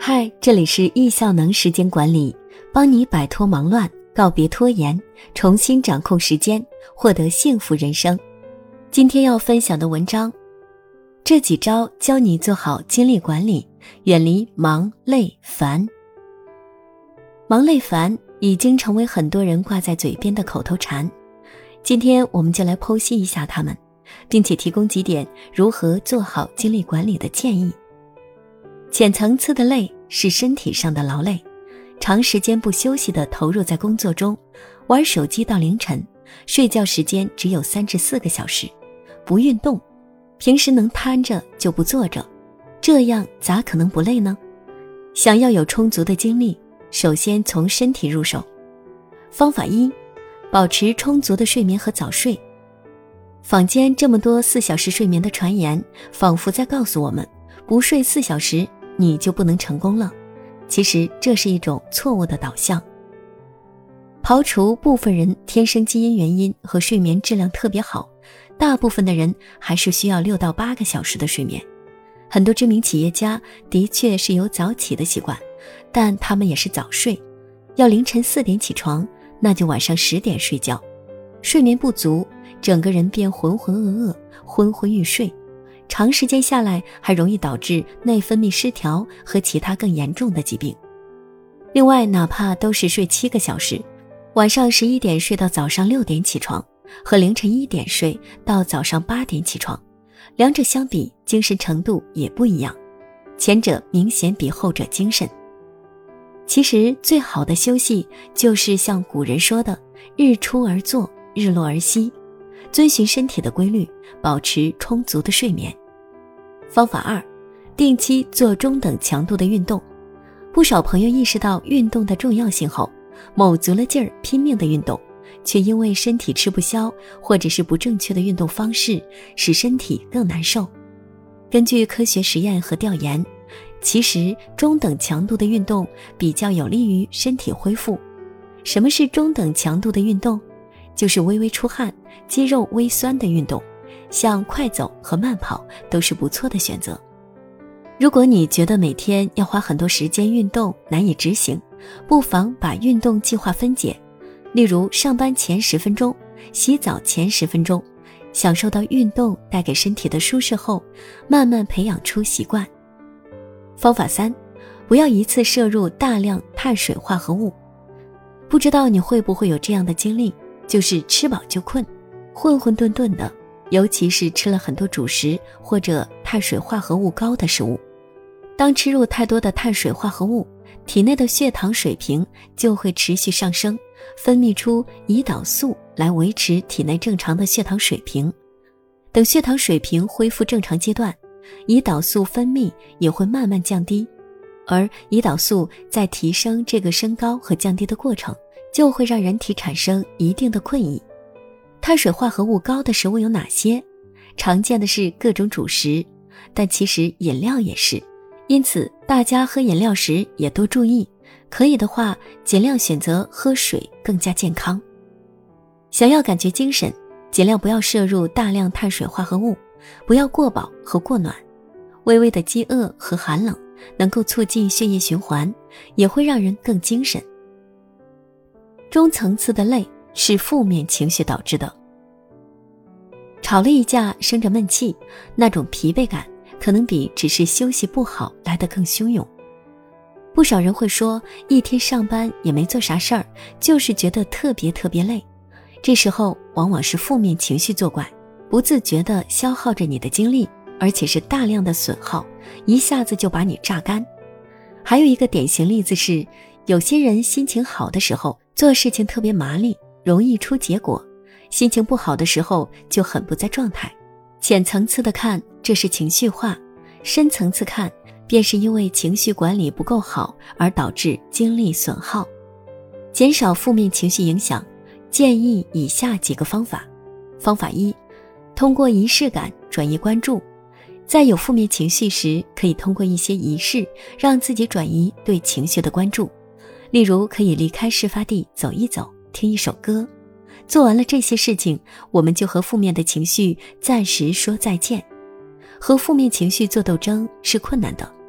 嗨，这里是易效能时间管理，帮你摆脱忙乱，告别拖延，重新掌控时间，获得幸福人生。今天要分享的文章，这几招教你做好精力管理，远离忙累烦。忙累烦已经成为很多人挂在嘴边的口头禅，今天我们就来剖析一下它们，并且提供几点如何做好精力管理的建议。浅层次的累是身体上的劳累，长时间不休息地投入在工作中，玩手机到凌晨，睡觉时间只有3至4个小时，不运动，平时能瘫着就不坐着，这样咋可能不累呢？想要有充足的精力，首先从身体入手。方法1，保持充足的睡眠和早睡。坊间这么多4小时睡眠的传言，仿佛在告诉我们，不睡4小时你就不能成功了。其实这是一种错误的导向。刨除部分人天生基因原因和睡眠质量特别好，大部分的人还是需要6到8个小时的睡眠。很多知名企业家的确是有早起的习惯，但他们也是早睡，要凌晨4点起床，那就晚上10点睡觉。睡眠不足，整个人变浑浑噩噩，昏昏欲睡，长时间下来还容易导致内分泌失调和其他更严重的疾病。另外，哪怕都是睡7个小时，晚上11点睡到早上6点起床，和凌晨1点睡到早上8点起床，两者相比，精神程度也不一样，前者明显比后者精神。其实最好的休息就是像古人说的，日出而作，日落而息，遵循身体的规律，保持充足的睡眠。方法2，定期做中等强度的运动。不少朋友意识到运动的重要性后，卯足了劲儿拼命的运动，却因为身体吃不消，或者是不正确的运动方式，使身体更难受。根据科学实验和调研，其实中等强度的运动比较有利于身体恢复。什么是中等强度的运动？就是微微出汗、肌肉微酸的运动，像快走和慢跑都是不错的选择。如果你觉得每天要花很多时间运动难以执行，不妨把运动计划分解，例如上班前10分钟，洗澡前10分钟，享受到运动带给身体的舒适后，慢慢培养出习惯。方法3，不要一次摄入大量碳水化合物。不知道你会不会有这样的经历，就是吃饱就困，混混沌沌的，尤其是吃了很多主食或者碳水化合物高的食物。当吃入太多的碳水化合物，体内的血糖水平就会持续上升，分泌出胰岛素来维持体内正常的血糖水平。等血糖水平恢复正常阶段，胰岛素分泌也会慢慢降低，而胰岛素在提升这个升高和降低的过程，就会让人体产生一定的困意。碳水化合物高的食物有哪些？常见的是各种主食，但其实饮料也是，因此大家喝饮料时也多注意，可以的话尽量选择喝水更加健康。想要感觉精神，尽量不要摄入大量碳水化合物，不要过饱和过暖。微微的饥饿和寒冷能够促进血液循环，也会让人更精神。中层次的累是负面情绪导致的。吵了一架生着闷气，那种疲惫感可能比只是休息不好来得更汹涌。不少人会说，一天上班也没做啥事儿，就是觉得特别累。这时候往往是负面情绪作怪，不自觉地消耗着你的精力，而且是大量的损耗，一下子就把你榨干。还有一个典型例子是，有些人心情好的时候做事情特别麻利，容易出结果，心情不好的时候就很不在状态。浅层次的看，这是情绪化；深层次看，便是因为情绪管理不够好而导致精力损耗。减少负面情绪影响，建议以下几个方法。方法1，通过仪式感转移关注。在有负面情绪时，可以通过一些仪式让自己转移对情绪的关注。例如可以离开事发地走一走，听一首歌。做完了这些事情，我们就和负面的情绪暂时说再见。和负面情绪做斗争是困难的，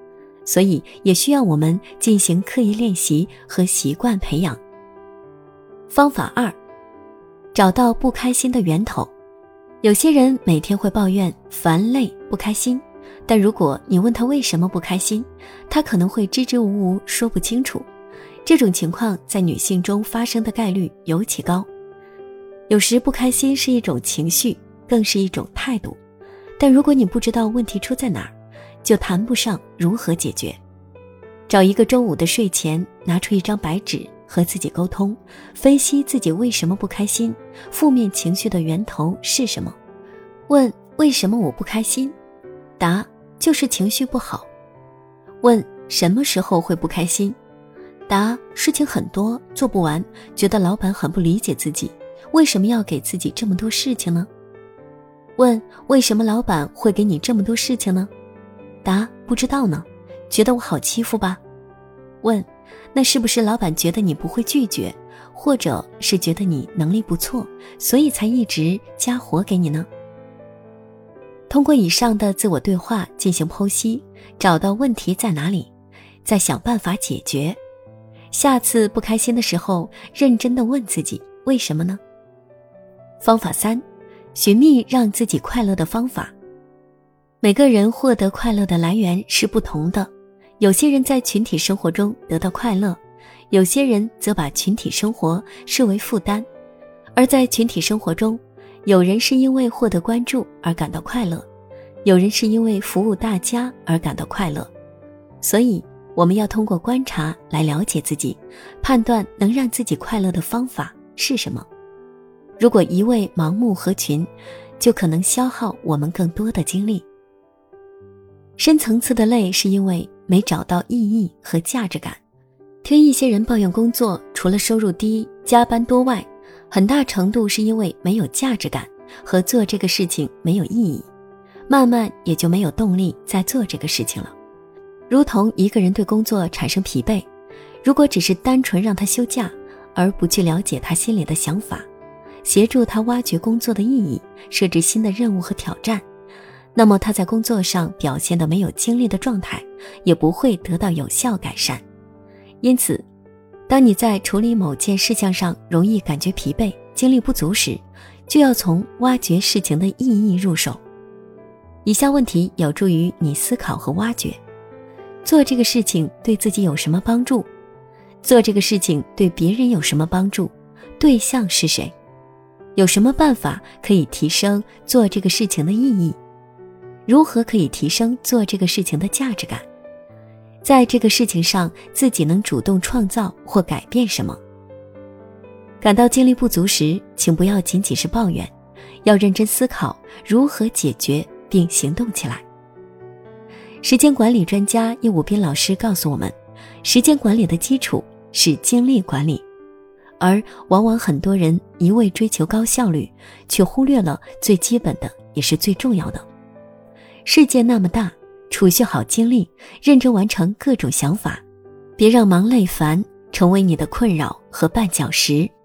所以也需要我们进行刻意练习和习惯培养。方法2，找到不开心的源头。有些人每天会抱怨烦累不开心，但如果你问他为什么不开心，他可能会支支吾吾说不清楚。这种情况在女性中发生的概率尤其高。有时不开心是一种情绪，更是一种态度，但如果你不知道问题出在哪儿，就谈不上如何解决。找一个中午的睡前，拿出一张白纸，和自己沟通，分析自己为什么不开心，负面情绪的源头是什么。问为什么我不开心？答就是情绪不好。问什么时候会不开心？答事情很多，做不完，觉得老板很不理解自己，为什么要给自己这么多事情呢？问为什么老板会给你这么多事情呢？答不知道呢，觉得我好欺负吧。问那是不是老板觉得你不会拒绝，或者是觉得你能力不错，所以才一直加活给你呢？通过以上的自我对话进行剖析，找到问题在哪里，再想办法解决。下次不开心的时候，认真地问自己为什么呢？方法3，寻觅让自己快乐的方法。每个人获得快乐的来源是不同的，有些人在群体生活中得到快乐，有些人则把群体生活视为负担。而在群体生活中，有人是因为获得关注而感到快乐，有人是因为服务大家而感到快乐。所以我们要通过观察来了解自己，判断能让自己快乐的方法是什么。如果一味盲目合群，就可能消耗我们更多的精力。深层次的累是因为没找到意义和价值感。听一些人抱怨工作除了收入低、加班多外，很大程度是因为没有价值感和做这个事情没有意义，慢慢也就没有动力再做这个事情了。如同一个人对工作产生疲惫，如果只是单纯让他休假，而不去了解他心里的想法，协助他挖掘工作的意义，设置新的任务和挑战，那么他在工作上表现得没有精力的状态，也不会得到有效改善。因此，当你在处理某件事项上容易感觉疲惫、精力不足时，就要从挖掘事情的意义入手。以下问题有助于你思考和挖掘：做这个事情对自己有什么帮助？做这个事情对别人有什么帮助？对象是谁？有什么办法可以提升做这个事情的意义？如何可以提升做这个事情的价值感？在这个事情上，自己能主动创造或改变什么？感到精力不足时，请不要仅仅是抱怨，要认真思考如何解决并行动起来。时间管理专家叶武斌老师告诉我们，时间管理的基础是精力管理，而往往很多人一味追求高效率，却忽略了最基本的也是最重要的。世界那么大，储蓄好精力，认真完成各种想法，别让忙累烦成为你的困扰和绊脚石。